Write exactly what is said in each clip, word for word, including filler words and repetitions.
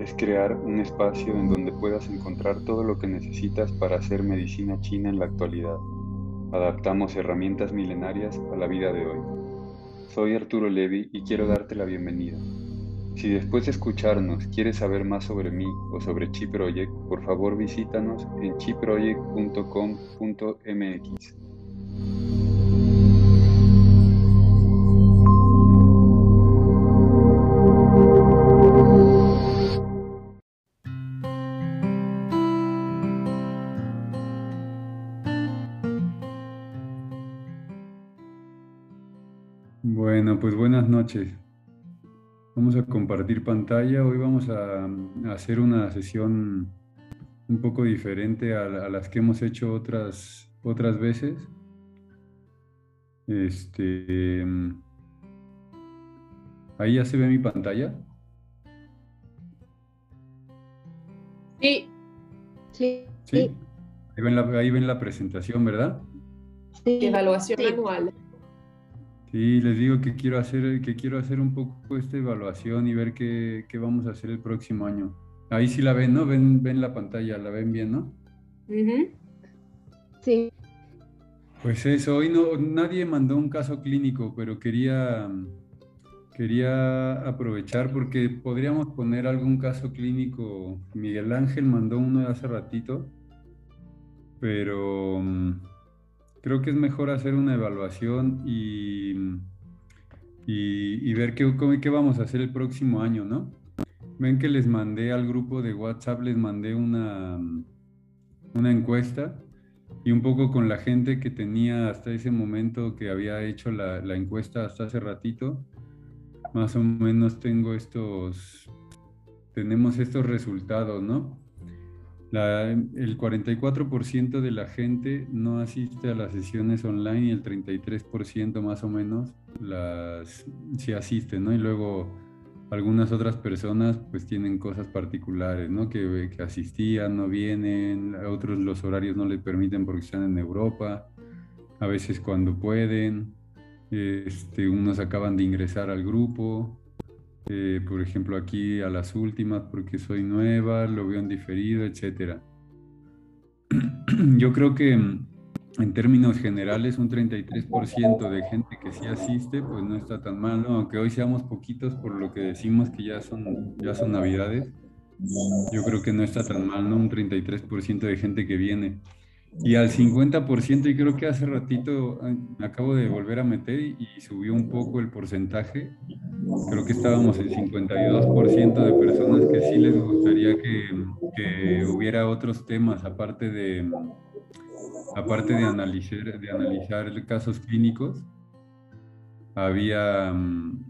es crear un espacio en donde puedas encontrar todo lo que necesitas para hacer medicina china en la actualidad. Adaptamos herramientas milenarias a la vida de hoy. Soy Arturo Levi y quiero darte la bienvenida. Si después de escucharnos quieres saber más sobre mí o sobre Chi Project, por favor visítanos en chi project punto com punto m x. Bueno, pues buenas noches. Vamos a compartir pantalla. Hoy vamos a, a hacer una sesión un poco diferente a, a las que hemos hecho otras, otras veces. Este, ahí ya se ve mi pantalla. Sí. Sí. ¿Sí? Ahí ven la, ahí ven la presentación, ¿verdad? Sí. Evaluación sí. anual. Sí, les digo que quiero hacer, que quiero hacer un poco esta evaluación y ver qué, qué vamos a hacer el próximo año. Ahí sí la ven, ¿no? Ven, ven la pantalla, la ven bien, ¿no? Uh-huh. Sí. Pues eso, hoy no, nadie mandó un caso clínico, pero quería, quería aprovechar porque podríamos poner algún caso clínico. Miguel Ángel mandó uno de hace ratito, pero creo que es mejor hacer una evaluación y, y, y ver qué, qué vamos a hacer el próximo año, ¿no? Ven que les mandé al grupo de WhatsApp, les mandé una, una encuesta y un poco con la gente que tenía hasta ese momento que había hecho la, la encuesta hasta hace ratito, más o menos tengo estos, tenemos estos resultados, ¿no? La, el cuarenta y cuatro por ciento de la gente no asiste a las sesiones online y el treinta y tres por ciento más o menos las sí asisten, ¿no? Y luego algunas otras personas pues tienen cosas particulares, ¿no? Que, que asistían, no vienen, a otros los horarios no les permiten porque están en Europa, a veces cuando pueden, este, unos acaban de ingresar al grupo. Eh, por ejemplo, aquí a las últimas porque soy nueva, lo veo en diferido, etcétera. Yo creo que en términos generales un treinta y tres por ciento de gente que sí asiste, pues no está tan mal, ¿no? Aunque hoy seamos poquitos por lo que decimos que ya son, ya son navidades, yo creo que no está tan mal, ¿no? Un treinta y tres por ciento de gente que viene. Y al cincuenta por ciento, y creo que hace ratito me acabo de volver a meter y, y subió un poco el porcentaje. Creo que estábamos en cincuenta y dos por ciento de personas que sí les gustaría que, que hubiera otros temas aparte de, aparte de analizar, de analizar casos clínicos. Había,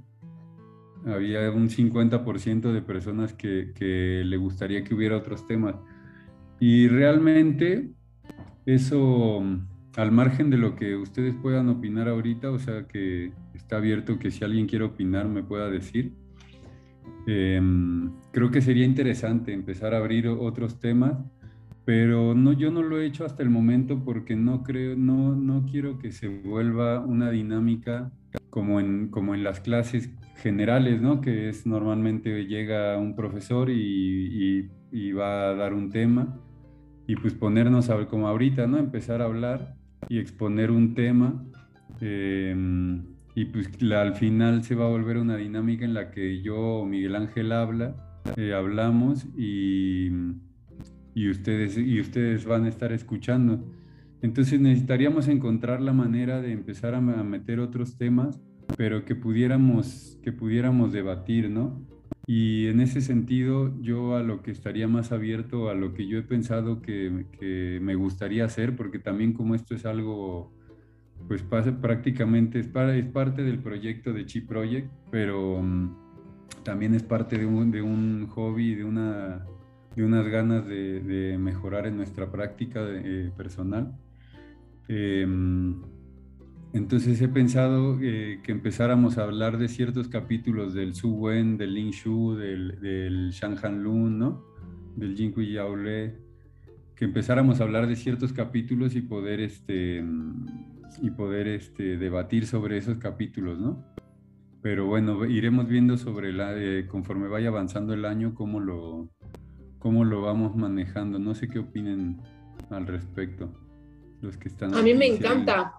había un cincuenta por ciento de personas que, que le gustaría que hubiera otros temas. Y realmente eso, al margen de lo que ustedes puedan opinar ahorita, o sea que está abierto que si alguien quiere opinar me pueda decir. Eh, creo que sería interesante empezar a abrir otros temas, pero no, yo no lo he hecho hasta el momento porque no creo, no, no quiero que se vuelva una dinámica como en, como en las clases generales, ¿no? Que es normalmente llega un profesor y, y, y va a dar un tema y pues ponernos a ver como ahorita, ¿no? Empezar a hablar y exponer un tema. Eh, y pues la, al final se va a volver una dinámica en la que yo o Miguel Ángel habla, eh, hablamos y, y, ustedes, y ustedes van a estar escuchando. Entonces necesitaríamos encontrar la manera de empezar a, a meter otros temas, pero que pudiéramos, que pudiéramos debatir, ¿no? Y en ese sentido, yo a lo que estaría más abierto, a lo que yo he pensado que, que me gustaría hacer, porque también como esto es algo pues pasa, prácticamente es, para, es parte del proyecto de Chi Project, pero um, también es parte de un, de un hobby, de, una, de unas ganas de, de mejorar en nuestra práctica de, eh, personal. Eh, entonces he pensado eh, que empezáramos a hablar de ciertos capítulos del Su Wen, del Ling Shu, del, del Shang Han Lun, ¿no? Del Jin Kui Yao Le, que empezáramos a hablar de ciertos capítulos y poder este y poder este, debatir sobre esos capítulos, ¿no? pero bueno, iremos viendo sobre la, eh, conforme vaya avanzando el año, cómo lo, cómo lo vamos manejando. No sé qué opinen al respecto, los que están A aquí. mí me Sí. encanta.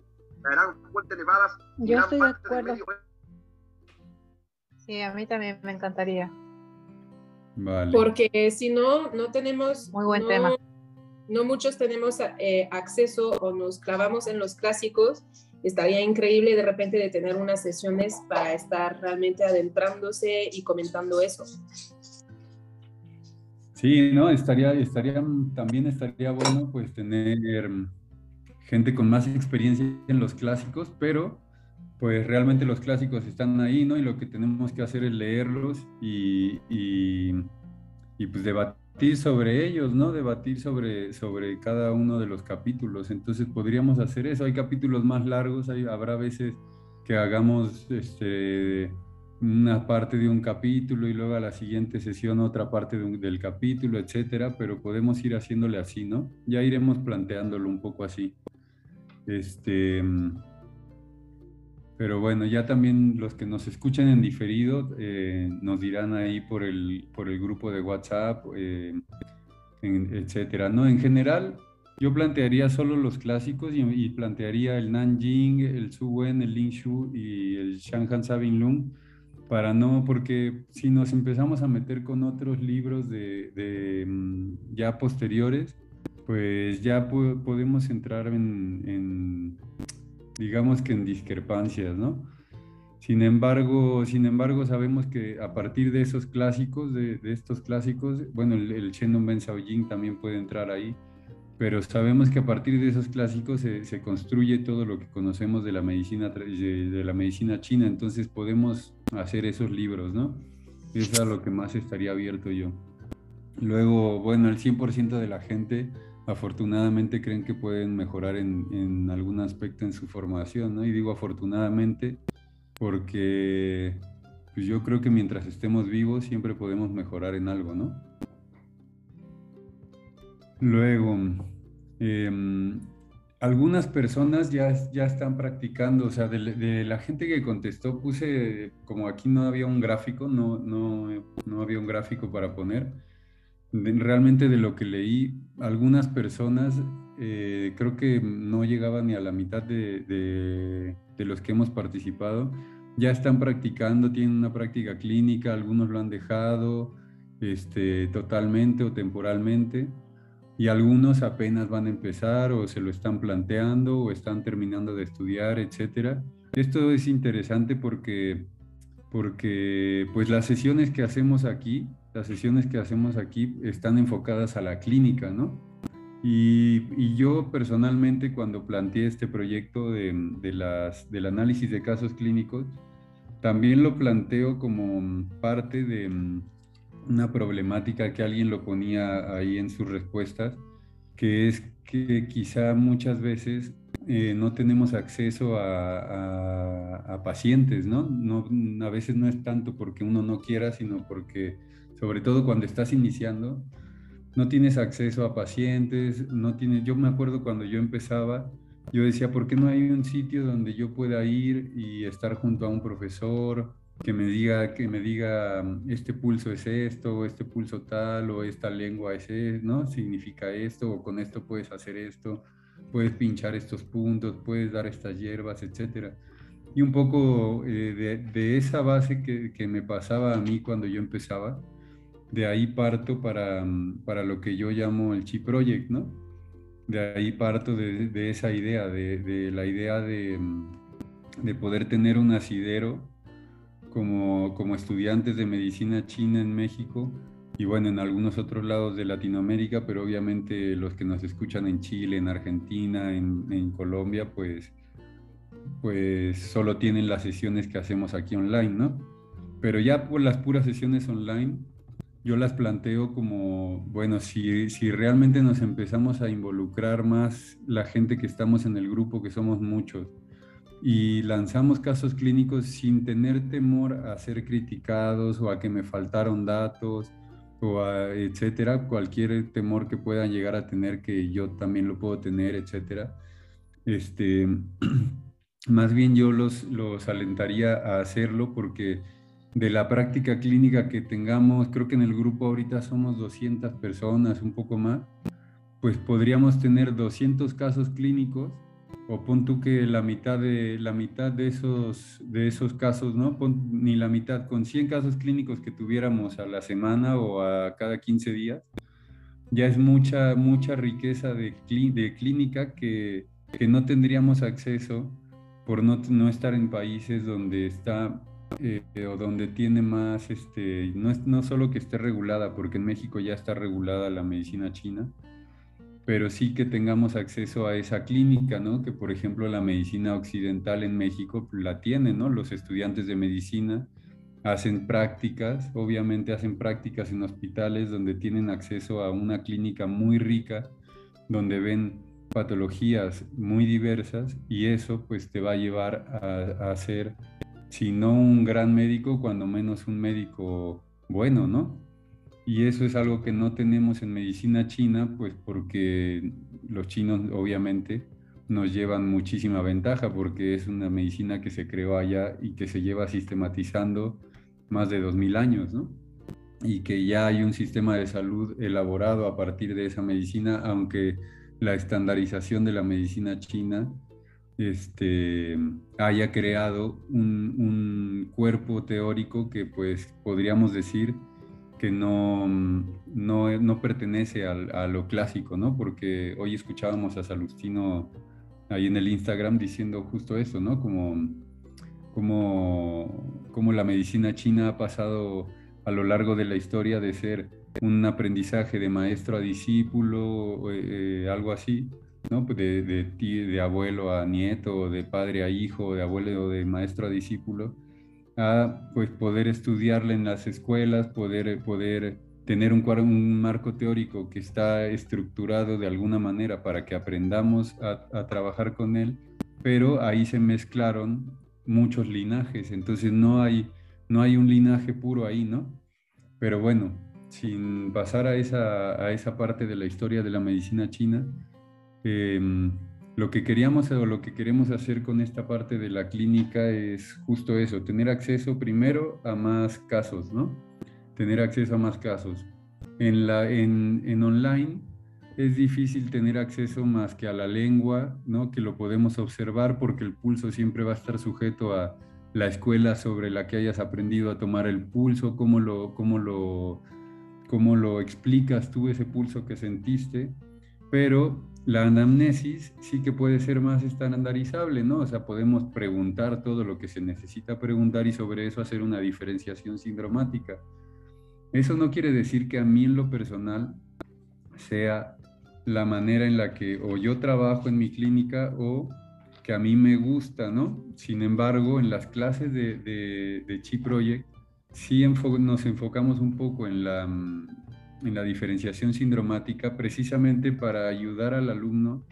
Yo estoy de acuerdo. Sí, a mí también me encantaría. Vale. Porque si no, no tenemos... Muy buen no, tema. No muchos tenemos eh, acceso o nos clavamos en los clásicos. Estaría increíble de repente de tener unas sesiones para estar realmente adentrándose y comentando eso. Sí, no, estaría, estaría, también estaría bueno pues tener gente con más experiencia en los clásicos, pero pues realmente los clásicos están ahí, ¿no? Y lo que tenemos que hacer es leerlos y, y, y pues debatir sobre ellos, ¿no? Debatir sobre, sobre cada uno de los capítulos. Entonces podríamos hacer eso. Hay capítulos más largos, hay, habrá veces que hagamos este, una parte de un capítulo y luego a la siguiente sesión otra parte de un- del capítulo, etcétera, pero podemos ir haciéndole así, ¿no? Ya iremos planteándolo un poco así. Este, pero bueno, ya también los que nos escuchan en diferido eh, nos dirán ahí por el, por el grupo de WhatsApp, eh, en- etcétera, ¿no? En general, yo plantearía solo los clásicos y, y plantearía el Nanjing, el Su Wen, el Ling Shu y el Shanhan Sabin Lung, para no, porque si nos empezamos a meter con otros libros de, de, mm, ya posteriores, pues ya po- podemos entrar en, en, digamos que en discrepancias, ¿no? Sin embargo, sin embargo, sabemos que a partir de esos clásicos, de, de estos clásicos, bueno, el, el Shennon Ben Shaojing también puede entrar ahí, pero sabemos que a partir de esos clásicos se, se construye todo lo que conocemos de la medicina, tra- de, de la medicina china, entonces podemos hacer esos libros, ¿no? Es a lo que más estaría abierto yo. Luego, bueno, el cien por ciento de la gente afortunadamente creen que pueden mejorar en, en algún aspecto en su formación, ¿no? Y digo afortunadamente porque pues yo creo que mientras estemos vivos siempre podemos mejorar en algo, ¿no? Luego, eh, algunas personas ya, ya están practicando, o sea, de, de la gente que contestó puse, como aquí no había un gráfico, no, no, no había un gráfico para poner, de- realmente de lo que leí, algunas personas eh, creo que no llegaban ni a la mitad de, de, de los que hemos participado, ya están practicando, tienen una práctica clínica, algunos lo han dejado este, totalmente o temporalmente y algunos apenas van a empezar o se lo están planteando o están terminando de estudiar, etcétera. Esto es interesante porque, porque pues las sesiones que hacemos aquí, las sesiones que hacemos aquí están enfocadas a la clínica, ¿no? Y, y yo personalmente cuando planteé este proyecto de, de las, del análisis de casos clínicos, también lo planteo como parte de mm, una problemática que alguien lo ponía ahí en sus respuestas, que es que quizá muchas veces eh, no tenemos acceso a, a- a pacientes, ¿no? No, a veces no es tanto porque uno no quiera, sino porque, sobre todo cuando estás iniciando, no tienes acceso a pacientes, no tienes, yo me acuerdo cuando yo empezaba, yo decía, ¿por qué no hay un sitio donde yo pueda ir y estar junto a un profesor que me diga, que me diga, este pulso es esto, o este pulso tal, o esta lengua es, es, ¿no? Significa esto, o con esto puedes hacer esto, puedes pinchar estos puntos, puedes dar estas hierbas, etcétera. Y un poco eh, de, de esa base que, que me pasaba a mí cuando yo empezaba, de ahí parto para, mm, para lo que yo llamo el Chi Project, ¿no? De ahí parto de, de esa idea, de, de la idea de, mm, de poder tener un asidero como, como estudiantes de medicina china en México y bueno, en algunos otros lados de Latinoamérica, pero obviamente los que nos escuchan en Chile, en Argentina, en, en Colombia, pues, pues solo tienen las sesiones que hacemos aquí online, ¿no? Pero ya por las puras sesiones online, yo las planteo como, bueno, si, si realmente nos empezamos a involucrar más la gente que estamos en el grupo, que somos muchos, y lanzamos casos clínicos sin tener temor a ser criticados o a que me faltaron datos o a etcétera, cualquier temor que puedan llegar a tener que yo también lo puedo tener, etcétera. Este, más bien yo los, los alentaría a hacerlo porque de la práctica clínica que tengamos, creo que en el grupo ahorita somos doscientas personas, un poco más, pues podríamos tener doscientos casos clínicos, o pon tú que la mitad de, la mitad de, esos, de esos casos, ¿no? Pon, ni la mitad, con cien casos clínicos que tuviéramos a la semana o a cada quince días, ya es mucha, mucha riqueza de, de clínica que, que no tendríamos acceso por no, no estar en países donde está eh, o donde tiene más, este, no, es, no solo que esté regulada, porque en México ya está regulada la medicina china, pero sí que tengamos acceso a esa clínica, ¿no? Que por ejemplo la medicina occidental en México la tiene, ¿no? Los estudiantes de medicina hacen prácticas, obviamente hacen prácticas en hospitales donde tienen acceso a una clínica muy rica, donde ven patologías muy diversas y eso pues te va a llevar a, a ser, si no un gran médico, cuando menos un médico bueno, ¿no? Y eso es algo que no tenemos en medicina china, pues porque los chinos obviamente nos llevan muchísima ventaja porque es una medicina que se creó allá y que se lleva sistematizando más de dos mil años, ¿no? Y que ya hay un sistema de salud elaborado a partir de esa medicina, aunque la estandarización de la medicina china este, haya creado un, un cuerpo teórico que pues podríamos decir que no, no, no pertenece al, a lo clásico, ¿no? Porque hoy escuchábamos a Salustino ahí en el Instagram diciendo justo eso, ¿no? Como, como, como la medicina china ha pasado a lo largo de la historia de ser un aprendizaje de maestro a discípulo, eh, eh, algo así, ¿no? De, de, de abuelo a nieto, de padre a hijo, de abuelo de maestro a discípulo, a pues poder estudiarla en las escuelas, poder, poder tener un, un marco teórico que está estructurado de alguna manera para que aprendamos a, a trabajar con él, pero ahí se mezclaron muchos linajes, entonces no hay, no hay un linaje puro ahí, ¿no? Pero bueno, sin pasar a esa, a esa parte de la historia de la medicina china, eh, lo que queríamos o lo que queremos hacer con esta parte de la clínica es justo eso, tener acceso primero a más casos, ¿no? Tener acceso a más casos. En, la, en, en online es difícil tener acceso más que a la lengua, ¿no? Que lo podemos observar porque el pulso siempre va a estar sujeto a la escuela sobre la que hayas aprendido a tomar el pulso, cómo lo, cómo lo, cómo lo explicas tú ese pulso que sentiste, pero la anamnesis sí que puede ser más estandarizable, ¿no? O sea, podemos preguntar todo lo que se necesita preguntar y sobre eso hacer una diferenciación sindromática. Eso no quiere decir que a mí en lo personal sea la manera en la que o yo trabajo en mi clínica o que a mí me gusta, ¿no? Sin embargo, en las clases de, de, de Chi Project sí enfo nos enfocamos un poco en la, en la diferenciación sindromática precisamente para ayudar al alumno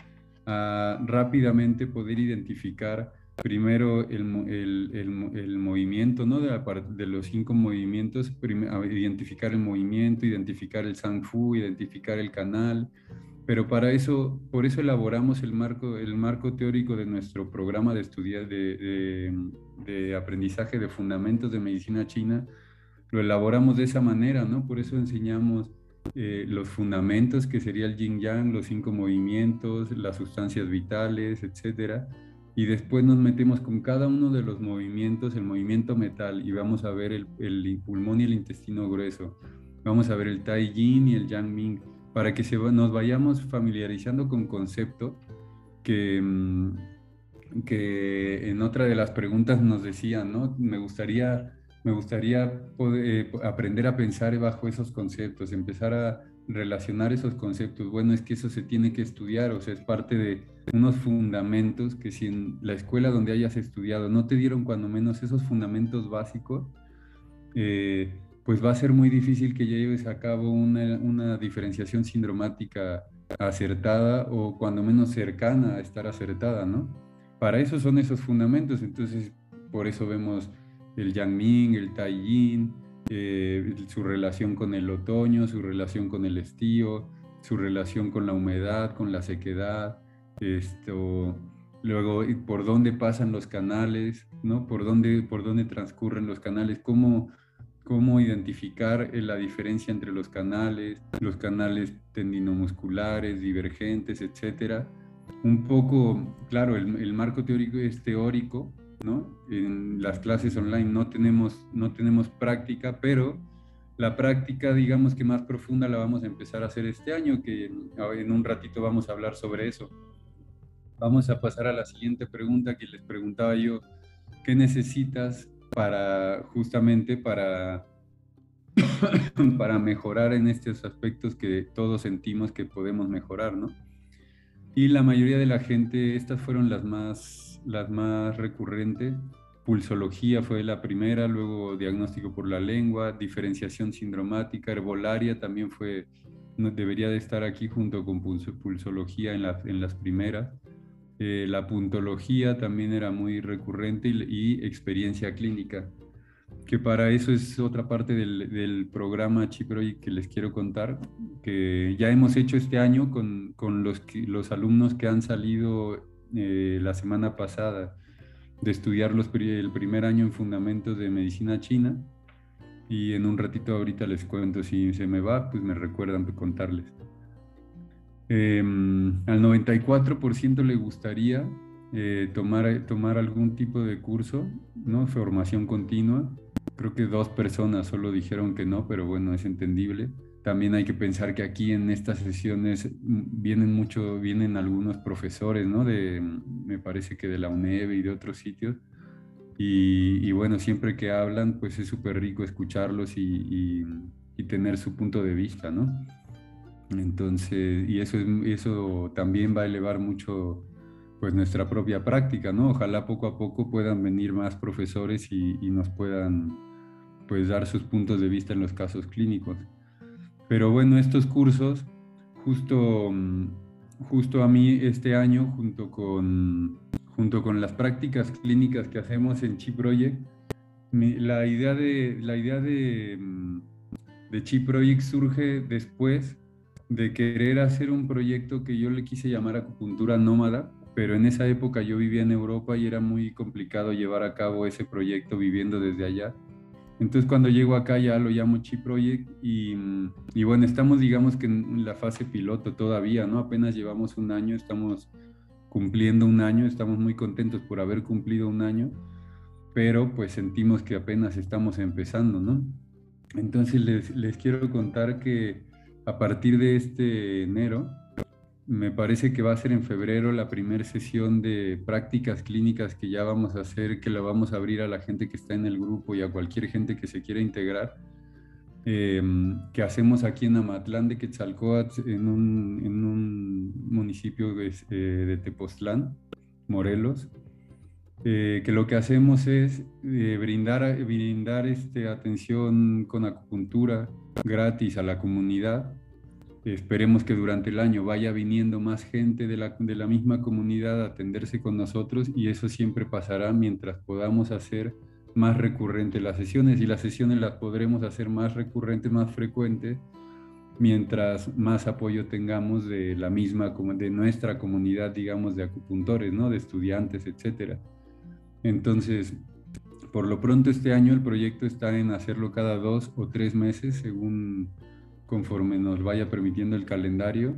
a rápidamente poder identificar primero el, el, el, el movimiento, ¿no? De, la, de los cinco movimientos, identificar el movimiento, identificar el Sang Fu, identificar el canal, pero para eso, por eso elaboramos el marco, el marco teórico de nuestro programa de estudiar de, de, de aprendizaje de fundamentos de medicina china, lo elaboramos de esa manera, ¿no? Por eso enseñamos eh, los fundamentos, que sería el yin yang, los cinco movimientos, las sustancias vitales, etcétera. Y después nos metemos con cada uno de los movimientos, el movimiento metal, y vamos a ver el, el pulmón y el intestino grueso. Vamos a ver el tai yin y el yang ming, para que se, nos vayamos familiarizando con conceptos que, que en otra de las preguntas nos decían, ¿no? Me gustaría, me gustaría poder, eh, aprender a pensar bajo esos conceptos, empezar a relacionar esos conceptos. Bueno, es que eso se tiene que estudiar, o sea, es parte de unos fundamentos que si en la escuela donde hayas estudiado no te dieron cuando menos esos fundamentos básicos, eh, pues va a ser muy difícil que lleves a cabo una, una diferenciación sindromática acertada o cuando menos cercana a estar acertada, ¿no? Para eso son esos fundamentos, entonces por eso vemos el Yang Ming, el Tai Yin, eh, su relación con el otoño, su relación con el estío, su relación con la humedad, con la sequedad, esto, luego por dónde pasan los canales, ¿no? Por dónde, por dónde transcurren los canales, cómo, cómo identificar la diferencia entre los canales, los canales tendinomusculares, divergentes, etcétera. Un poco, claro, el, el marco teórico es teórico, ¿no? En las clases online no tenemos, no tenemos práctica, pero la práctica, digamos que más profunda, la vamos a empezar a hacer este año, que en un ratito vamos a hablar sobre eso. Vamos a pasar a la siguiente pregunta que les preguntaba yo. ¿Qué necesitas para, justamente para, para mejorar en estos aspectos que todos sentimos que podemos mejorar, ¿no? Y la mayoría de la gente, estas fueron las más, las más recurrentes. Pulsología fue la primera, luego diagnóstico por la lengua, diferenciación sindromática, herbolaria también fue, no, debería de estar aquí junto con pulso, pulsología en, la, en las primeras. Eh, la puntología también era muy recurrente y, y experiencia clínica, que para eso es otra parte del, del programa ChiProject que les quiero contar, que ya hemos hecho este año con, con los, los alumnos que han salido eh, la semana pasada de estudiar los, el primer año en Fundamentos de Medicina China, y en un ratito ahorita les cuento, si se me va, pues me recuerdan contarles. Eh, al noventa y cuatro por ciento le gustaría eh, tomar, tomar algún tipo de curso, ¿no? Formación continua. Creo que dos personas solo dijeron que no, pero bueno, es entendible. También hay que pensar que aquí en estas sesiones vienen mucho, vienen algunos profesores, ¿no? De, me parece que de la UNED y de otros sitios. Y, y bueno, siempre que hablan, pues es súper rico escucharlos y, y, y tener su punto de vista, ¿no? Entonces, y eso, es, eso también va a elevar mucho pues nuestra propia práctica, ¿no? Ojalá poco a poco puedan venir más profesores y, y nos puedan pues dar sus puntos de vista en los casos clínicos. Pero bueno, estos cursos, justo, justo a mí este año, junto con, junto con las prácticas clínicas que hacemos en ChiProject, la idea de, la idea de, de ChiProject surge después de querer hacer un proyecto que yo le quise llamar acupuntura nómada, pero en esa época yo vivía en Europa y era muy complicado llevar a cabo ese proyecto viviendo desde allá. Entonces cuando llego acá ya lo llamo ChiProject y, y bueno, estamos digamos que en la fase piloto todavía, ¿no? Apenas llevamos un año, estamos cumpliendo un año, estamos muy contentos por haber cumplido un año, pero pues sentimos que apenas estamos empezando, ¿no? Entonces les, les quiero contar que a partir de este enero, me parece que va a ser en febrero la primera sesión de prácticas clínicas que ya vamos a hacer, que la vamos a abrir a la gente que está en el grupo y a cualquier gente que se quiera integrar, eh, que hacemos aquí en Amatlán de Quetzalcóatl, en un, en un municipio de, eh, de Tepoztlán, Morelos, eh, que lo que hacemos es eh, brindar, brindar este, atención con acupuntura gratis a la comunidad. Esperemos que durante el año vaya viniendo más gente de la, de la misma comunidad a atenderse con nosotros, y eso siempre pasará mientras podamos hacer más recurrentes las sesiones, y las sesiones las podremos hacer más recurrentes, más frecuentes, mientras más apoyo tengamos de la misma, de nuestra comunidad, digamos, de acupuntores, ¿no? De estudiantes, etcétera. Entonces, por lo pronto este año el proyecto está en hacerlo cada dos o tres meses, según conforme nos vaya permitiendo el calendario,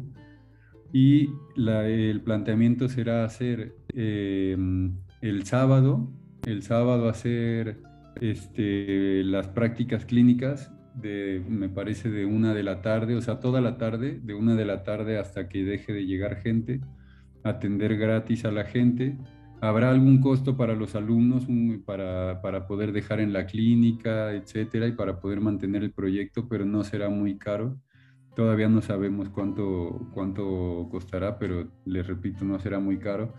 y la, el planteamiento será hacer eh, el sábado, el sábado hacer este, las prácticas clínicas de, me parece, de una de la tarde, o sea, toda la tarde, de una de la tarde hasta que deje de llegar gente, atender gratis a la gente. Habrá algún costo para los alumnos un, para, para poder dejar en la clínica, etcétera, y para poder mantener el proyecto, pero no será muy caro. Todavía no sabemos cuánto, cuánto costará, pero les repito, no será muy caro.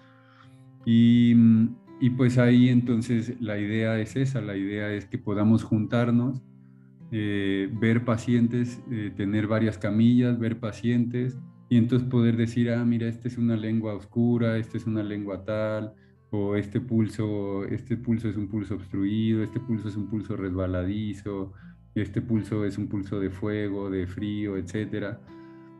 Y, y pues ahí entonces la idea es esa, la idea es que podamos juntarnos, eh, ver pacientes, eh, tener varias camillas, ver pacientes, y entonces poder decir, ah, mira, esta es una lengua oscura, esta es una lengua tal, o este pulso, este pulso es un pulso obstruido, este pulso es un pulso resbaladizo, este pulso es un pulso de fuego, de frío, etcétera.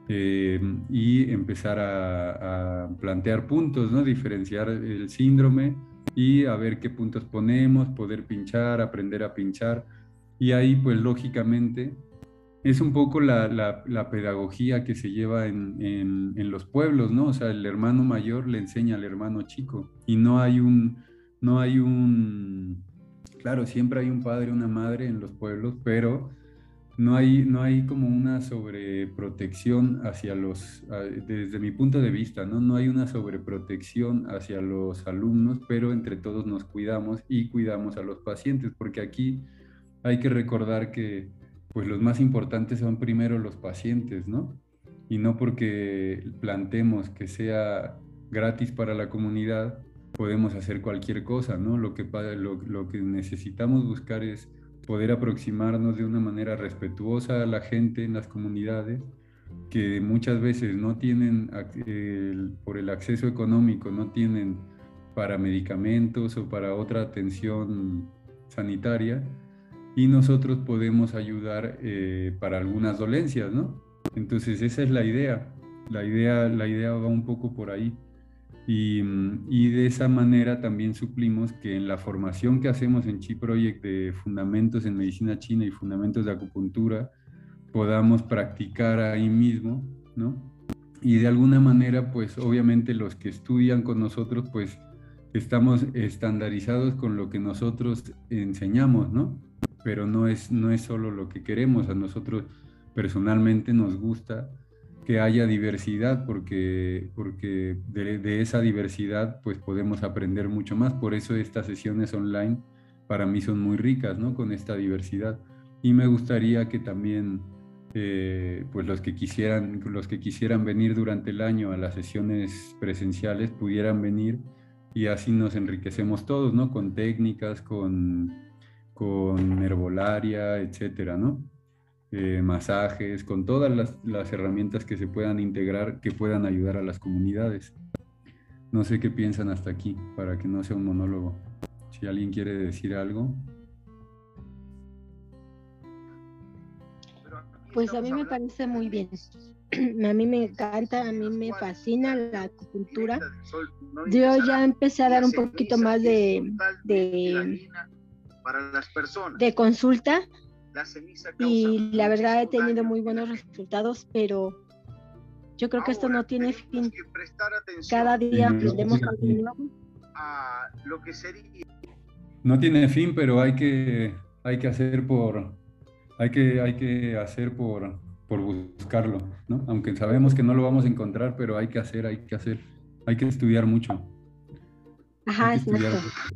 eh, y empezar a, a plantear puntos, ¿no? Diferenciar el síndrome y a ver qué puntos ponemos, poder pinchar, aprender a pinchar. Y ahí, pues lógicamente, es un poco la, la, la pedagogía que se lleva en, en, en los pueblos, ¿no? O sea, el hermano mayor le enseña al hermano chico y no hay un, no hay un, claro, siempre hay un padre, una madre en los pueblos, pero no hay, no hay como una sobreprotección hacia los, a- desde mi punto de vista, ¿no? No hay una sobreprotección hacia los alumnos, pero entre todos nos cuidamos y cuidamos a los pacientes, porque aquí hay que recordar que pues los más importantes son primero los pacientes, ¿no? Y no porque plantemos que sea gratis para la comunidad, podemos hacer cualquier cosa, ¿no? Lo que, pa- lo, lo que necesitamos buscar es poder aproximarnos de una manera respetuosa a la gente en las comunidades que muchas veces no tienen, ac- el- por el acceso económico, no tienen para medicamentos o para otra atención sanitaria y nosotros podemos ayudar eh, para algunas dolencias, ¿no? Entonces esa es la idea. La idea, la idea va un poco por ahí. Y, mm, y de esa manera también suplimos que en la formación que hacemos en Chi Project de fundamentos en medicina china y fundamentos de acupuntura, podamos practicar ahí mismo, ¿no? Y de alguna manera, pues obviamente los que estudian con nosotros, pues estamos estandarizados con lo que nosotros enseñamos, ¿no? Pero no es, no es solo lo que queremos, a nosotros personalmente nos gusta que haya diversidad porque, porque de, de esa diversidad pues podemos aprender mucho más, por eso estas sesiones online para mí son muy ricas, ¿no? Con esta diversidad. Y me gustaría que también eh, pues los que quisieran, los que quisieran venir durante el año a las sesiones presenciales pudieran venir y así nos enriquecemos todos, ¿no? Con técnicas, con, con herbolaria, etcétera, ¿no? Eh, masajes, con todas las, las herramientas que se puedan integrar, que puedan ayudar a las comunidades. No sé qué piensan hasta aquí, para que no sea un monólogo. Si alguien quiere decir algo. Pues a mí me parece muy bien. A mí me encanta, a mí me fascina la acupuntura. Yo ya empecé a dar un poquito más de, de, de consulta y la verdad he tenido muy buenos resultados, pero yo creo que esto no tiene fin. Cada día aprendemos algo nuevo. No tiene fin, pero hay que, hay que hacer por, hay que, hay que hacer por, por buscarlo, ¿no? Aunque sabemos que no lo vamos a encontrar, pero hay que hacer, hay que hacer, hay que estudiar mucho. Ajá, Hay que estudiar exacto. mucho.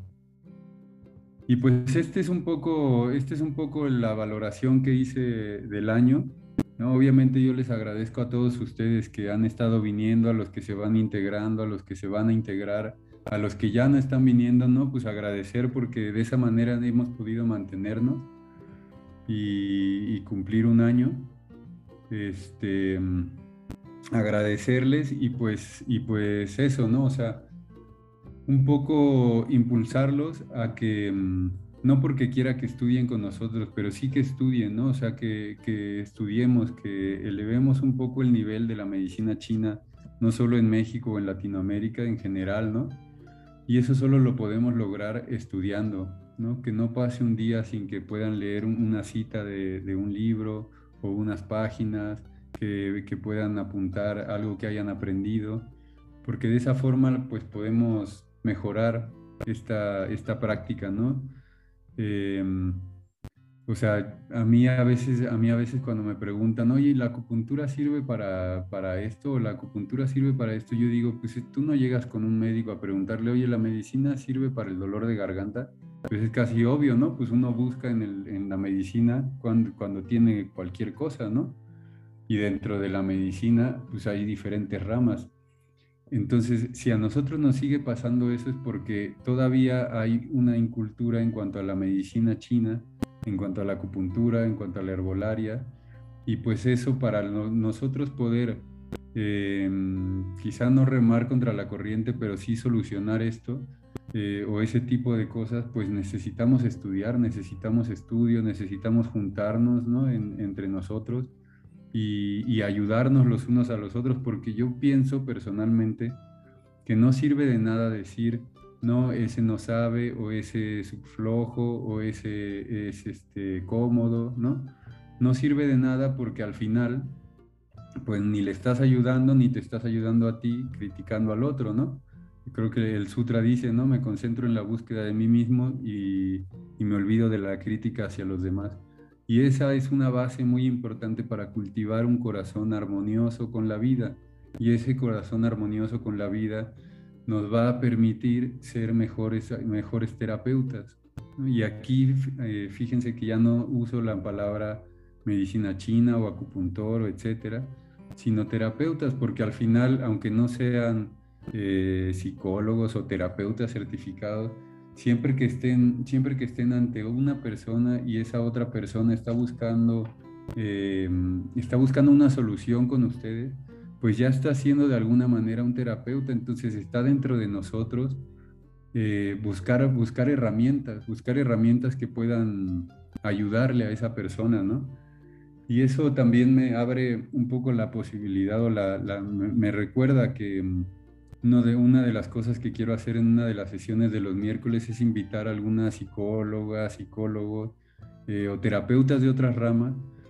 Y pues este es un poco, este es un poco la valoración que hice del año, ¿no? Obviamente yo les agradezco a todos ustedes que han estado viniendo, a los que se van integrando, a los que se van a integrar, a los que ya no están viniendo, ¿no? Pues agradecer porque de esa manera hemos podido mantenernos y, y cumplir un año. Este, agradecerles y pues, y pues eso, ¿no? O sea, un poco impulsarlos a que, mm, no porque quiera que estudien con nosotros, pero sí que estudien, ¿no? O sea, que, que estudiemos, que elevemos un poco el nivel de la medicina china, no solo en México o en Latinoamérica en general, ¿no? Y eso solo lo podemos lograr estudiando, ¿no? Que no pase un día sin que puedan leer un- una cita de, de un libro o unas páginas, que, que puedan apuntar algo que hayan aprendido, porque de esa forma pues podemos mejorar esta, esta práctica, ¿no? Em, o sea, a mí a veces, a mí a veces cuando me preguntan, oye, ¿la acupuntura sirve para, para esto o la acupuntura sirve para esto? Yo digo, pues si tú no llegas con un médico a preguntarle, oye, ¿la medicina sirve para el dolor de garganta? Pues es casi obvio, ¿no? Pues uno busca en, el, en la medicina cuando, cuando tiene cualquier cosa, ¿no? Y dentro de la medicina, pues hay diferentes ramas. Entonces, si a nosotros nos sigue pasando eso es porque todavía hay una incultura en cuanto a la medicina china, en cuanto a la acupuntura, en cuanto a la herbolaria, y pues eso para no- nosotros poder eh, quizá no remar contra la corriente, pero sí solucionar esto eh, o ese tipo de cosas, pues necesitamos estudiar, necesitamos estudio, necesitamos juntarnos, ¿no? En- entre nosotros y, y ayudarnos los unos a los otros, porque yo pienso personalmente que no sirve de nada decir, no, ese no sabe, o ese es flojo, o ese es este, cómodo, ¿no? No sirve de nada porque al final, pues ni le estás ayudando, ni te estás ayudando a ti criticando al otro, ¿no? Creo que el sutra dice, ¿no? Me concentro en la búsqueda de mí mismo y, y me olvido de la crítica hacia los demás. Y esa es una base muy importante para cultivar un corazón armonioso con la vida. Y ese corazón armonioso con la vida nos va a permitir ser mejores, mejores terapeutas. Y aquí, eh, fíjense que ya no uso la palabra medicina china o acupuntor, o etcétera, sino terapeutas, porque al final, aunque no sean eh, psicólogos o terapeutas certificados, siempre que estén, siempre que estén ante una persona y esa otra persona está buscando, eh, está buscando una solución con ustedes, pues ya está siendo de alguna manera un terapeuta. Entonces está dentro de nosotros eh, buscar, buscar herramientas, buscar herramientas que puedan ayudarle a esa persona, ¿no? Y eso también me abre un poco la posibilidad o la, la, me, me recuerda que uno de, una de las cosas que quiero hacer en una de las sesiones de los miércoles es invitar a alguna psicóloga, psicólogo eh, o terapeutas de otras ramas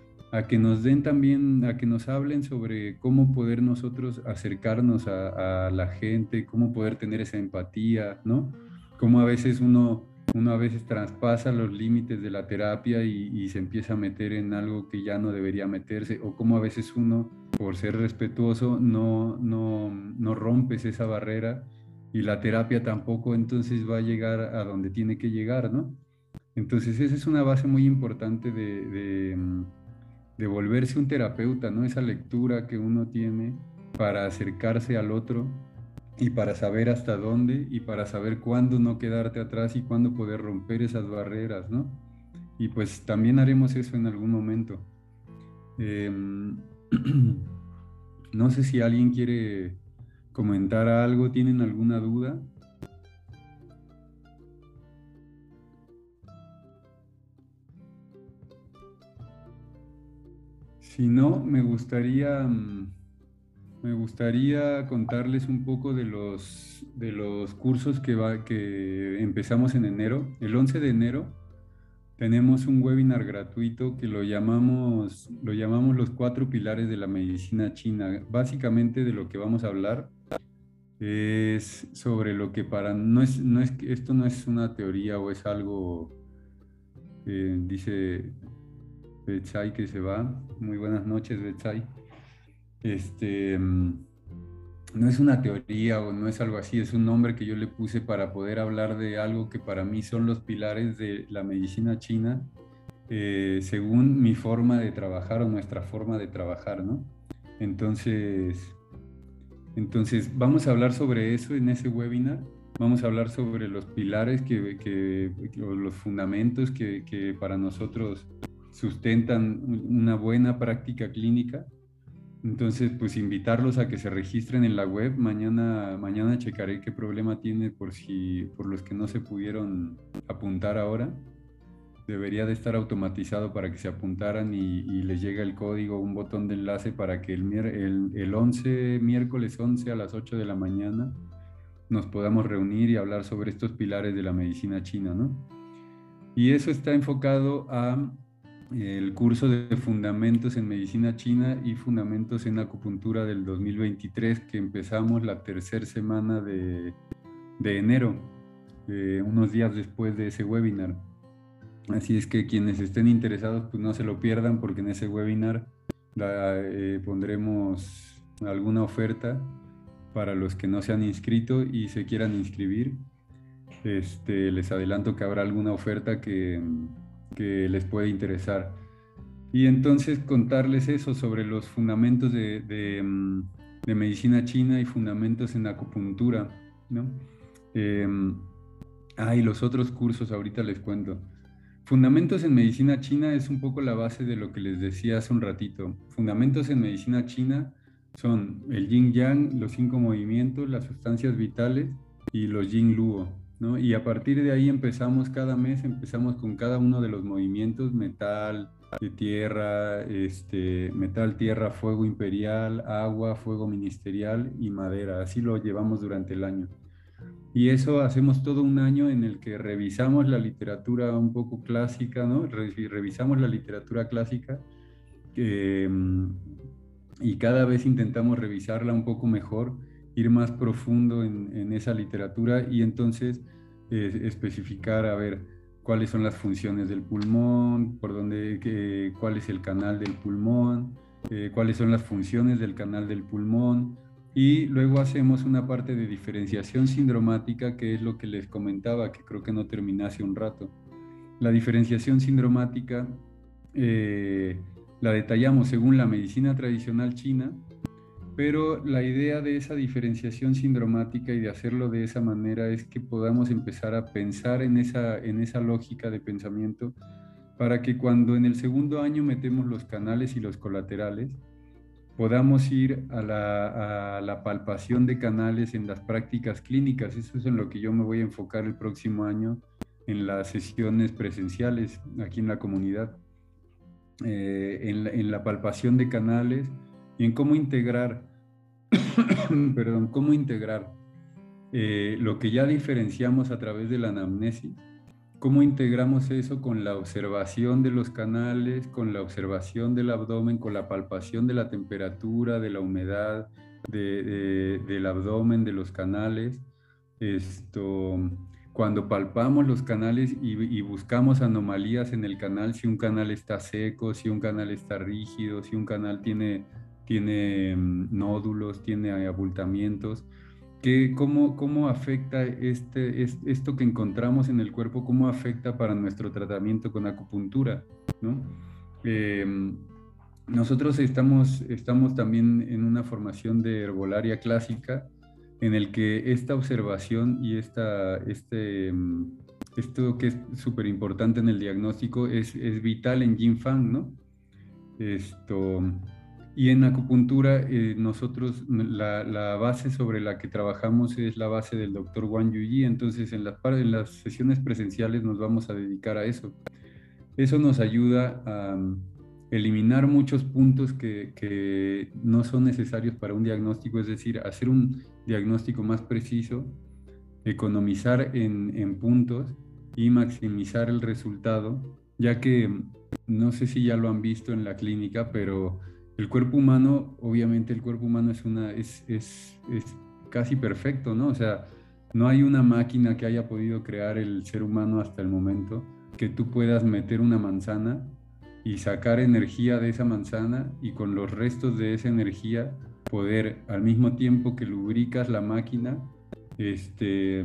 a que nos den también, a que nos hablen sobre cómo poder nosotros acercarnos a, a la gente, cómo poder tener esa empatía, ¿no? Cómo a veces uno, uno a veces traspasa los límites de la terapia y, y se empieza a meter en algo que ya no debería meterse, o cómo a veces uno, por ser respetuoso, no, no, no rompes esa barrera y la terapia tampoco entonces va a llegar a donde tiene que llegar, ¿no? Entonces esa es una base muy importante de... de de volverse un terapeuta, ¿no? Esa lectura que uno tiene para acercarse al otro y para saber hasta dónde y para saber cuándo no quedarte atrás y cuándo poder romper esas barreras, ¿no? Y pues también haremos eso en algún momento. Eh, no sé si alguien quiere comentar algo, ¿tienen alguna duda? Si no, me gustaría, me gustaría contarles un poco de los, de los cursos que, va, que empezamos en enero. El once de enero tenemos un webinar gratuito que lo llamamos, lo llamamos los cuatro pilares de la medicina china. Básicamente de lo que vamos a hablar es sobre lo que para... No es, no es, esto no es una teoría o es algo que dice... Betsai que se va. Muy buenas noches, Betsai. Este, no es una teoría o no es algo así, es un nombre que yo le puse para poder hablar de algo que para mí son los pilares de la medicina china, eh, según mi forma de trabajar o nuestra forma de trabajar, ¿no? Entonces, entonces vamos a hablar sobre eso en ese webinar. Vamos a hablar sobre los pilares que, que, o los fundamentos que, que para nosotros sustentan una buena práctica clínica. Entonces, pues invitarlos a que se registren en la web. Mañana, mañana checaré qué problema tiene por, si, por los que no se pudieron apuntar ahora. Debería de estar automatizado para que se apuntaran y, y les llegue el código, un botón de enlace para que el, el, el once, miércoles once a las ocho de la mañana nos podamos reunir y hablar sobre estos pilares de la medicina china, ¿no? Y eso está enfocado a el curso de Fundamentos en Medicina China y Fundamentos en Acupuntura del dos mil veintitrés, que empezamos la tercera semana de, de enero, eh, unos días después de ese webinar. Así es que quienes estén interesados, pues no se lo pierdan, porque en ese webinar la, eh, pondremos alguna oferta para los que no se han inscrito y se quieran inscribir. Este, les adelanto que habrá alguna oferta que... que les puede interesar. Y entonces contarles eso sobre los fundamentos de, de, de medicina china y fundamentos en acupuntura, ¿no? Eh, ah, y los otros cursos ahorita les cuento. Fundamentos en medicina china es un poco la base de lo que les decía hace un ratito. Fundamentos en medicina china son el yin yang, los cinco movimientos, las sustancias vitales y los yin luo, ¿no? Y a partir de ahí empezamos cada mes, empezamos con cada uno de los movimientos: metal, de tierra, este, metal, tierra, fuego imperial, agua, fuego ministerial y madera. Así lo llevamos durante el año. Y eso hacemos todo un año en el que revisamos la literatura un poco clásica, ¿no? Re revisamos la literatura clásica eh, y cada vez intentamos revisarla un poco mejor, ir más profundo en, en esa literatura y entonces eh, especificar, a ver, cuáles son las funciones del pulmón, por dónde, qué, cuál es el canal del pulmón, eh, cuáles son las funciones del canal del pulmón. Y luego hacemos una parte de diferenciación sindromática, que es lo que les comentaba, que creo que no terminé hace un rato. La diferenciación sindromática eh, la detallamos según la medicina tradicional china, pero la idea de esa diferenciación sindromática y de hacerlo de esa manera es que podamos empezar a pensar en esa, en esa lógica de pensamiento para que cuando en el segundo año metemos los canales y los colaterales, podamos ir a la, a la palpación de canales en las prácticas clínicas. Eso es en lo que yo me voy a enfocar el próximo año en las sesiones presenciales aquí en la comunidad, eh, en, la, en la palpación de canales y en cómo integrar, perdón, cómo integrar eh, lo que ya diferenciamos a través de la anamnesis. ¿Cómo integramos eso con la observación de los canales, con la observación del abdomen, con la palpación de la temperatura, de la humedad, de, de, del abdomen, de los canales? Esto, cuando palpamos los canales y, y buscamos anomalías en el canal, si un canal está seco, si un canal está rígido, si un canal tiene, tiene um, nódulos, tiene abultamientos, que cómo, cómo afecta este, este, esto que encontramos en el cuerpo, cómo afecta para nuestro tratamiento con acupuntura, ¿no? Eh, nosotros estamos, estamos también en una formación de herbolaria clásica en el que esta observación y esta, este, esto que es súper importante en el diagnóstico es, es vital en Yin Fang, ¿no? Esto... Y en acupuntura, eh, nosotros, la, la base sobre la que trabajamos es la base del doctor Wang Yuyi, entonces en las, en las sesiones presenciales nos vamos a dedicar a eso. Eso nos ayuda a um, eliminar muchos puntos que, que no son necesarios para un diagnóstico, es decir, hacer un diagnóstico más preciso, economizar en, en puntos y maximizar el resultado, ya que no sé si ya lo han visto en la clínica, pero el cuerpo humano, obviamente el cuerpo humano es, una, es, es, es casi perfecto, ¿no? O sea, no hay una máquina que haya podido crear el ser humano hasta el momento que tú puedas meter una manzana y sacar energía de esa manzana y con los restos de esa energía poder, al mismo tiempo que lubricas la máquina, este,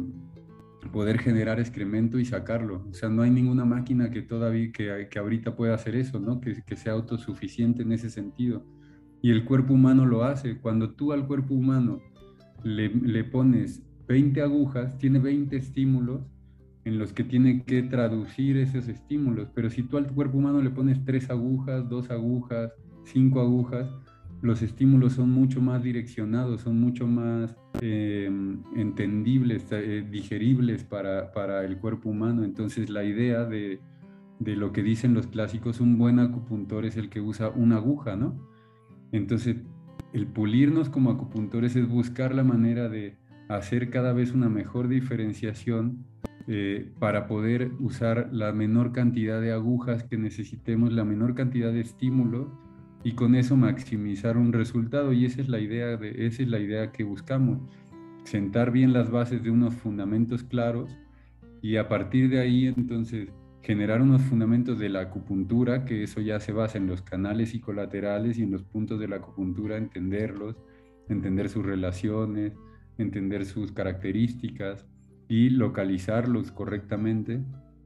poder generar excremento y sacarlo. O sea, no hay ninguna máquina que todavía, que, que ahorita pueda hacer eso, ¿no? Que, que sea autosuficiente en ese sentido. Y el cuerpo humano lo hace. Cuando tú al cuerpo humano le, le pones veinte agujas, tiene veinte estímulos en los que tiene que traducir esos estímulos. Pero si tú al cuerpo humano le pones tres agujas, dos agujas, cinco agujas, los estímulos son mucho más direccionados, son mucho más eh, entendibles, eh, digeribles para, para el cuerpo humano. Entonces la idea de, de lo que dicen los clásicos, un buen acupuntor es el que usa una aguja, ¿no? Entonces el pulirnos como acupuntores es buscar la manera de hacer cada vez una mejor diferenciación eh, para poder usar la menor cantidad de agujas que necesitemos, la menor cantidad de estímulos, y con eso maximizar un resultado. Y esa es la idea, de, esa es la idea que buscamos, sentar bien las bases de unos fundamentos claros y a partir de ahí entonces generar unos fundamentos de la acupuntura, que eso ya se basa en los canales y colaterales y en los puntos de la acupuntura, entenderlos, entender sus relaciones, entender sus características y localizarlos correctamente,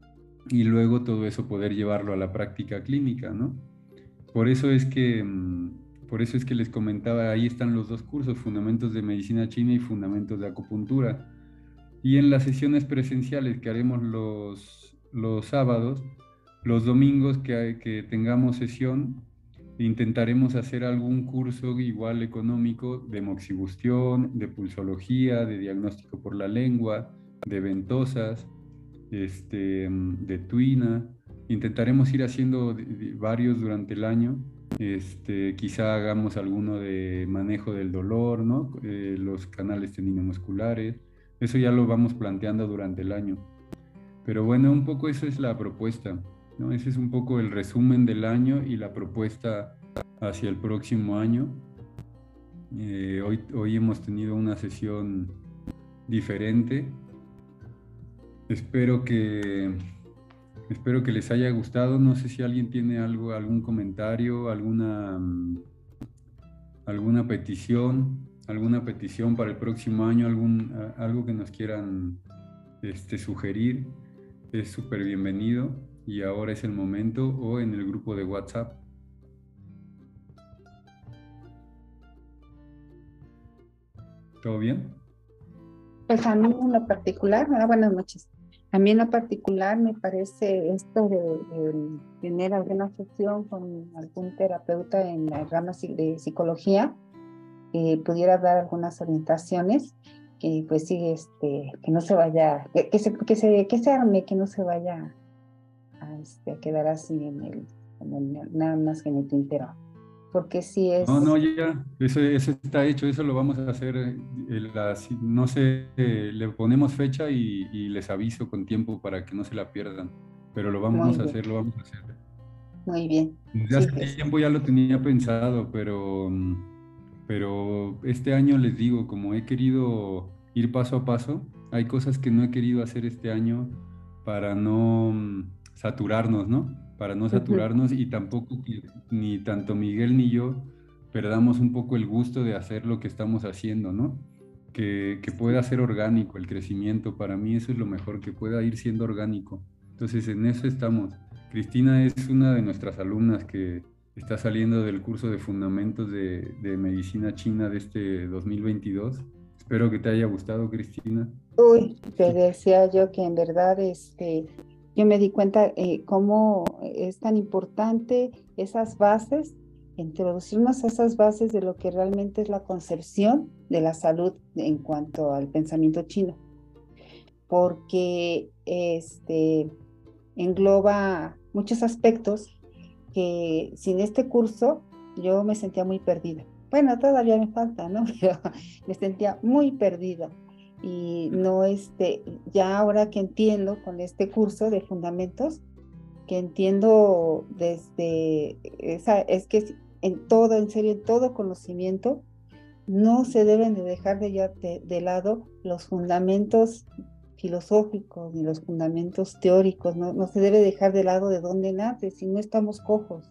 y luego todo eso poder llevarlo a la práctica clínica, ¿no? Por eso es que, por eso es que les comentaba, ahí están los dos cursos, Fundamentos de Medicina China y Fundamentos de Acupuntura. Y en las sesiones presenciales que haremos los, los sábados, los domingos que, que tengamos sesión, intentaremos hacer algún curso igual económico de moxibustión, de pulsología, de diagnóstico por la lengua, de ventosas, este, de tuina, intentaremos ir haciendo varios durante el año. Este, quizá hagamos alguno de manejo del dolor, ¿no? Eh, los canales tendinomusculares. Eso ya lo vamos planteando durante el año. Pero bueno, un poco eso es la propuesta, ¿no? Ese es un poco el resumen del año y la propuesta hacia el próximo año. Eh, hoy, hoy hemos tenido una sesión diferente. Espero que, espero que les haya gustado. No sé si alguien tiene algo, algún comentario, alguna, alguna petición, alguna petición para el próximo año, algún, algo que nos quieran este, sugerir. Es súper bienvenido y ahora es el momento, o en el grupo de WhatsApp. ¿Todo bien? Pues a mí en lo particular, ah, buenas noches. A mí en lo particular me parece esto de, de tener alguna sesión con algún terapeuta en la rama de psicología que pudiera dar algunas orientaciones, que pues sí, este, que no se vaya, que, que, se, que, se, que se arme, que no se vaya a, este, a quedar así en el, en el, nada más en el tintero. Porque sí es... No, no, ya, eso, eso está hecho, eso lo vamos a hacer, eh, la, no sé, eh, le ponemos fecha y, y les aviso con tiempo para que no se la pierdan, pero lo vamos a hacer, lo vamos a hacer. Muy bien. Desde hace sí, tiempo ya lo tenía pensado, pero, pero este año les digo, como he querido ir paso a paso, hay cosas que no he querido hacer este año para no saturarnos, ¿no? Para no saturarnos y tampoco que ni tanto Miguel ni yo perdamos un poco el gusto de hacer lo que estamos haciendo, ¿no? Que, que pueda ser orgánico el crecimiento. Para mí eso es lo mejor, que pueda ir siendo orgánico. Entonces en eso estamos. Cristina es una de nuestras alumnas que está saliendo del curso de Fundamentos de, de Medicina China de este dos mil veintidós. Espero que te haya gustado, Cristina. Uy, te decía yo que en verdad este... yo me di cuenta eh, cómo es tan importante esas bases, introducirnos a esas bases de lo que realmente es la concepción de la salud en cuanto al pensamiento chino, porque este, engloba muchos aspectos que sin este curso yo me sentía muy perdida. Bueno, todavía me falta, ¿no? Pero me sentía muy perdida. Y no este, ya ahora que entiendo con este curso de fundamentos, que entiendo desde, esa, es que en todo, en serio, en todo conocimiento, no se deben de dejar de, ya de, de lado los fundamentos filosóficos ni los fundamentos teóricos, no, no se debe dejar de lado de dónde nace, si no estamos cojos.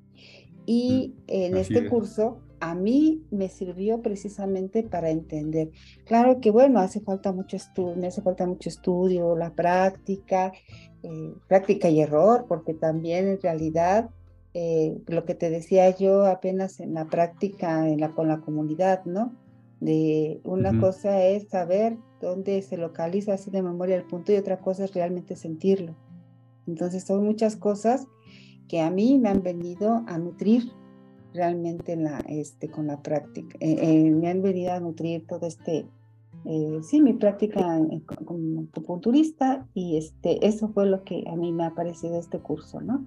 Y en Así este es. curso a mí me sirvió precisamente para entender. Claro que bueno, hace falta mucho estudio, me hace falta mucho estudio, la práctica, eh, práctica y error, porque también en realidad eh, lo que te decía yo apenas en la práctica en la, con la comunidad, ¿no? De una uh-huh. cosa es saber dónde se localiza así de memoria el punto y otra cosa es realmente sentirlo. Entonces son muchas cosas que a mí me han venido a nutrir realmente en la, este, con la práctica. Eh, eh, me han venido a nutrir todo este, eh, sí, mi práctica como acupunturista y este, eso fue lo que a mí me ha parecido este curso, ¿no?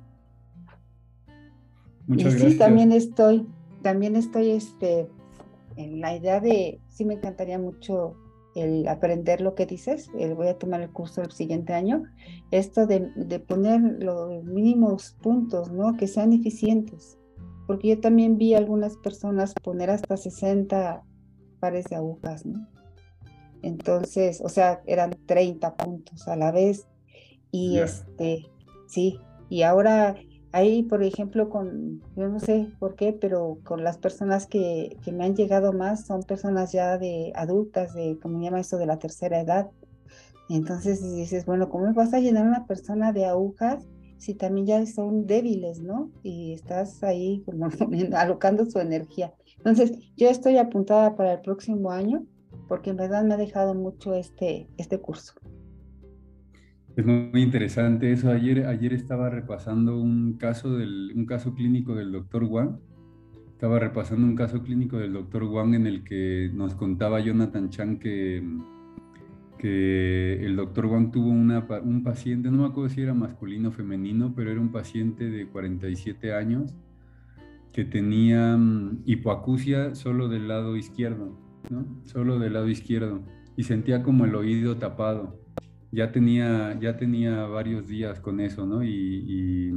Muchas y gracias. Sí, también estoy, también estoy este, en la idea de, sí me encantaría mucho el aprender lo que dices, el, voy a tomar el curso el siguiente año, esto de, de poner los mínimos puntos, ¿no? Que sean eficientes, porque yo también vi a algunas personas poner hasta sesenta pares de agujas, ¿no? Entonces, o sea, eran treinta puntos a la vez, y yeah. este, sí, y ahora ahí, por ejemplo, con, yo no sé por qué, pero con las personas que, que me han llegado más, son personas ya de adultas, de, como llama eso, de la tercera edad. Entonces dices, bueno, ¿cómo vas a llenar una persona de agujas si también ya son débiles, ¿no? Y estás ahí como alocando su energía. Entonces, yo estoy apuntada para el próximo año, porque en verdad me ha dejado mucho este, este curso. Es muy interesante eso. Ayer, ayer estaba repasando un caso, del, un caso clínico del doctor Wang. Estaba repasando un caso clínico del doctor Wang en el que nos contaba Jonathan Chan que, que el doctor Wang tuvo una, pa- un paciente, no me acuerdo si era masculino o femenino, pero era un paciente de cuarenta y siete años que tenía mm, hipoacusia solo del lado izquierdo, ¿no? Solo del lado izquierdo, y sentía como el oído tapado. Ya tenía, ya tenía varios días con eso, ¿no? Y, y,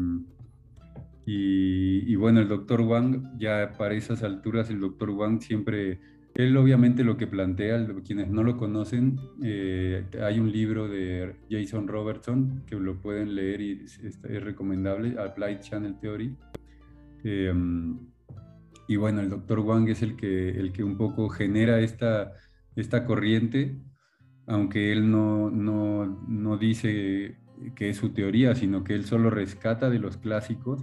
y, y bueno, el doctor Wang, ya para esas alturas, el doctor Wang siempre, él obviamente lo que plantea, el- quienes no lo conocen, eh, hay un libro de Jason Robertson que lo pueden leer y es, es- es recomendable, Applied Channel Theory. Eh, y bueno, el doctor Wang es el que, el que un poco genera esta, esta corriente, aunque él no, no, no dice que es su teoría, sino que él solo rescata de los clásicos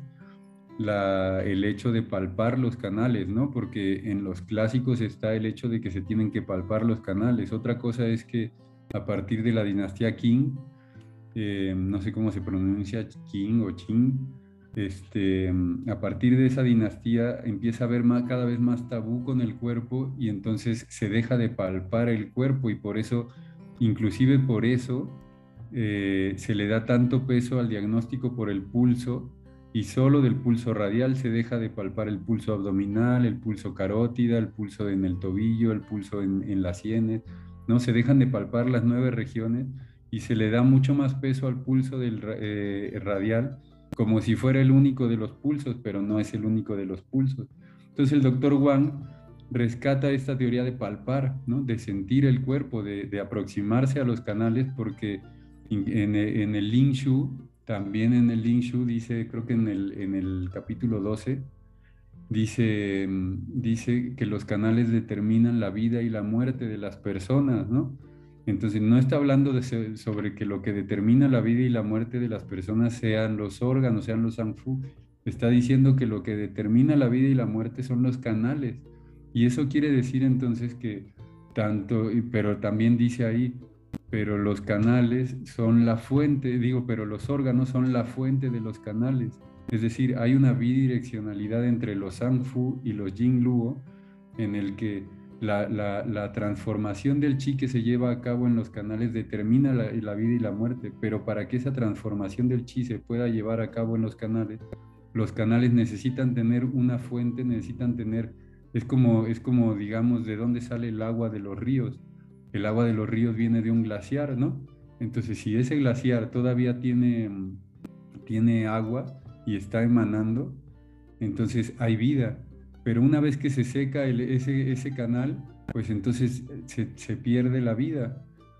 la, el hecho de palpar los canales, ¿no? Porque en los clásicos está el hecho de que se tienen que palpar los canales. Otra cosa es que a partir de la dinastía Qing, eh, no sé cómo se pronuncia, Qing o Qing, este, a partir de esa dinastía empieza a haber más, cada vez más tabú con el cuerpo y entonces se deja de palpar el cuerpo y por eso, inclusive por eso, eh, se le da tanto peso al diagnóstico por el pulso y solo del pulso radial se deja de palpar el pulso abdominal, el pulso carótida, el pulso en el tobillo, el pulso en, en las sienes, ¿no? Se dejan de palpar las nueve regiones y se le da mucho más peso al pulso del eh, radial como si fuera el único de los pulsos, pero no es el único de los pulsos. Entonces el doctor Wang rescata esta teoría de palpar, ¿no? De sentir el cuerpo, de, de aproximarse a los canales, porque en, en el Ling Shu, también en el Ling Shu dice, creo que en el, en el capítulo doce, dice, dice que los canales determinan la vida y la muerte de las personas, ¿no? Entonces no está hablando de se- sobre que lo que determina la vida y la muerte de las personas sean los órganos, sean los sanfu. Está diciendo que lo que determina la vida y la muerte son los canales. Y eso quiere decir entonces que tanto, y- pero también dice ahí, pero los canales son la fuente, digo, pero los órganos son la fuente de los canales. Es decir, hay una bidireccionalidad entre los Sanfu y los Jingluo en el que la, la, la transformación del chi que se lleva a cabo en los canales determina la, la vida y la muerte, pero para que esa transformación del chi se pueda llevar a cabo en los canales, los canales necesitan tener una fuente, necesitan tener, es como, es como digamos, de dónde sale el agua de los ríos. El agua de los ríos viene de un glaciar, ¿no? Entonces, si ese glaciar todavía tiene, tiene agua y está emanando, entonces hay vida. Pero una vez que se seca el- ese, ese canal, pues entonces se, se pierde la vida.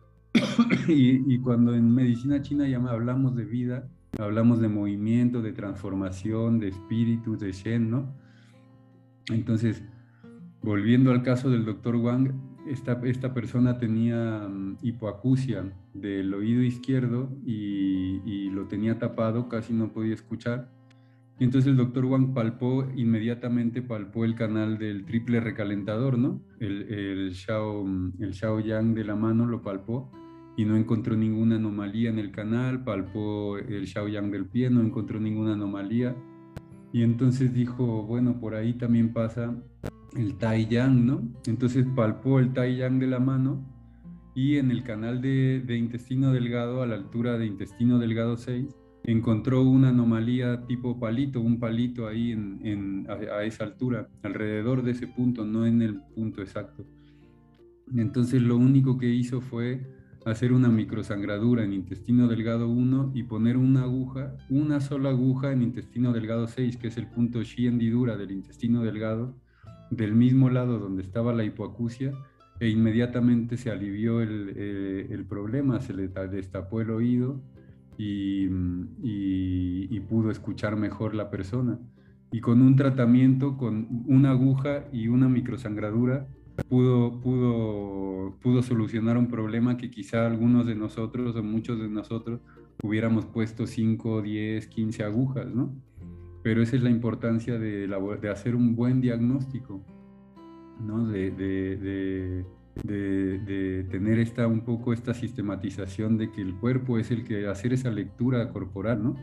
Y, y cuando en medicina china llama, hablamos de vida, hablamos de movimiento, de transformación, de espíritu, de Shen, ¿no? Entonces, volviendo al caso del doctor Wang, esta, esta persona tenía um, hipoacusia del oído izquierdo y, y lo tenía tapado, casi no podía escuchar. Y entonces el doctor Wang palpó, inmediatamente palpó el canal del triple recalentador, ¿no? El, el, Xiao, el Xiao Yang de la mano lo palpó y no encontró ninguna anomalía en el canal, palpó el Xiao Yang del pie, no encontró ninguna anomalía. Y entonces dijo, bueno, por ahí también pasa el Tai Yang, ¿no? Entonces palpó el Tai Yang de la mano y en el canal de, de intestino delgado, a la altura de intestino delgado seis, encontró una anomalía tipo palito, un palito ahí en, en, a, a esa altura, alrededor de ese punto, no en el punto exacto. Entonces lo único que hizo fue hacer una microsangradura en intestino delgado uno y poner una aguja, una sola aguja en intestino delgado seis, que es el punto Shi hendidura del intestino delgado, del mismo lado donde estaba la hipoacusia, e inmediatamente se alivió el, eh, el problema, se le destapó el oído y, y, y pudo escuchar mejor la persona. Y con un tratamiento, con una aguja y una microsangradura, pudo, pudo, pudo solucionar un problema que quizá algunos de nosotros o muchos de nosotros hubiéramos puesto cinco, diez, quince agujas, ¿no? Pero esa es la importancia de, de hacer un buen diagnóstico, ¿no? De, de, de, de, de tener esta, un poco esta sistematización de que el cuerpo es el que hacer esa lectura corporal, ¿no?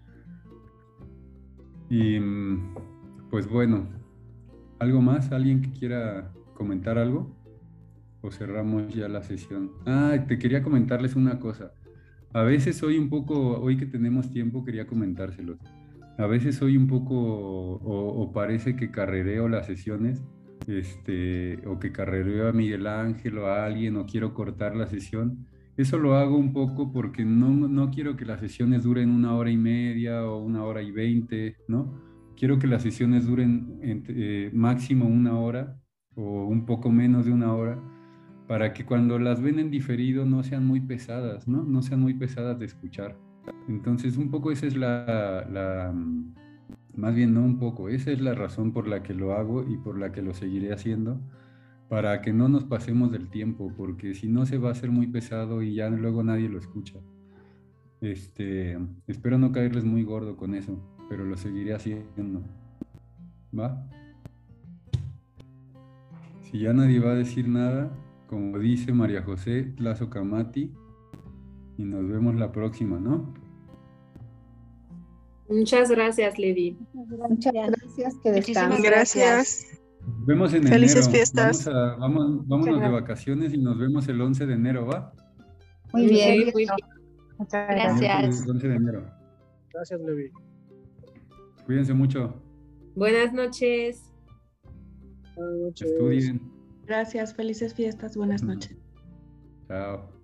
Y pues bueno, ¿algo más? ¿Alguien que quiera comentar algo? o cerramos ya la sesión. Ah, te quería comentarles una cosa. A veces hoy un poco, hoy que tenemos tiempo, quería comentárselos. A veces soy un poco, o, o parece que carrereo las sesiones, este, o que carrereo a Miguel Ángel o a alguien, o quiero cortar la sesión. Eso lo hago un poco porque no, no quiero que las sesiones duren una hora y media o una hora y veinte, ¿no? Quiero que las sesiones duren eh, máximo una hora o un poco menos de una hora, para que cuando las ven en diferido no sean muy pesadas, ¿no? No sean muy pesadas de escuchar. Entonces, un poco esa es la, la, más bien no un poco, esa es la razón por la que lo hago y por la que lo seguiré haciendo, para que no nos pasemos del tiempo, porque si no se va a hacer muy pesado y ya luego nadie lo escucha. Este, espero no caerles muy gordo con eso, pero lo seguiré haciendo. ¿Va? Si ya nadie va a decir nada, como dice María José Tlazocamati, y nos vemos la próxima, ¿no? Muchas gracias, Levi. Muchas gracias, que Muchísimas descansen. Gracias. Nos vemos en Felices enero. fiestas. Vamos a, vamos, vámonos de vacaciones y nos vemos el once de enero, ¿va? Muy bien. Sí, muy bien. Muchas Miércoles gracias. once de enero. Gracias, Levi. Cuídense mucho. Buenas noches. Buenas noches. Estudien. Gracias. Felices fiestas. Buenas noches. Chao.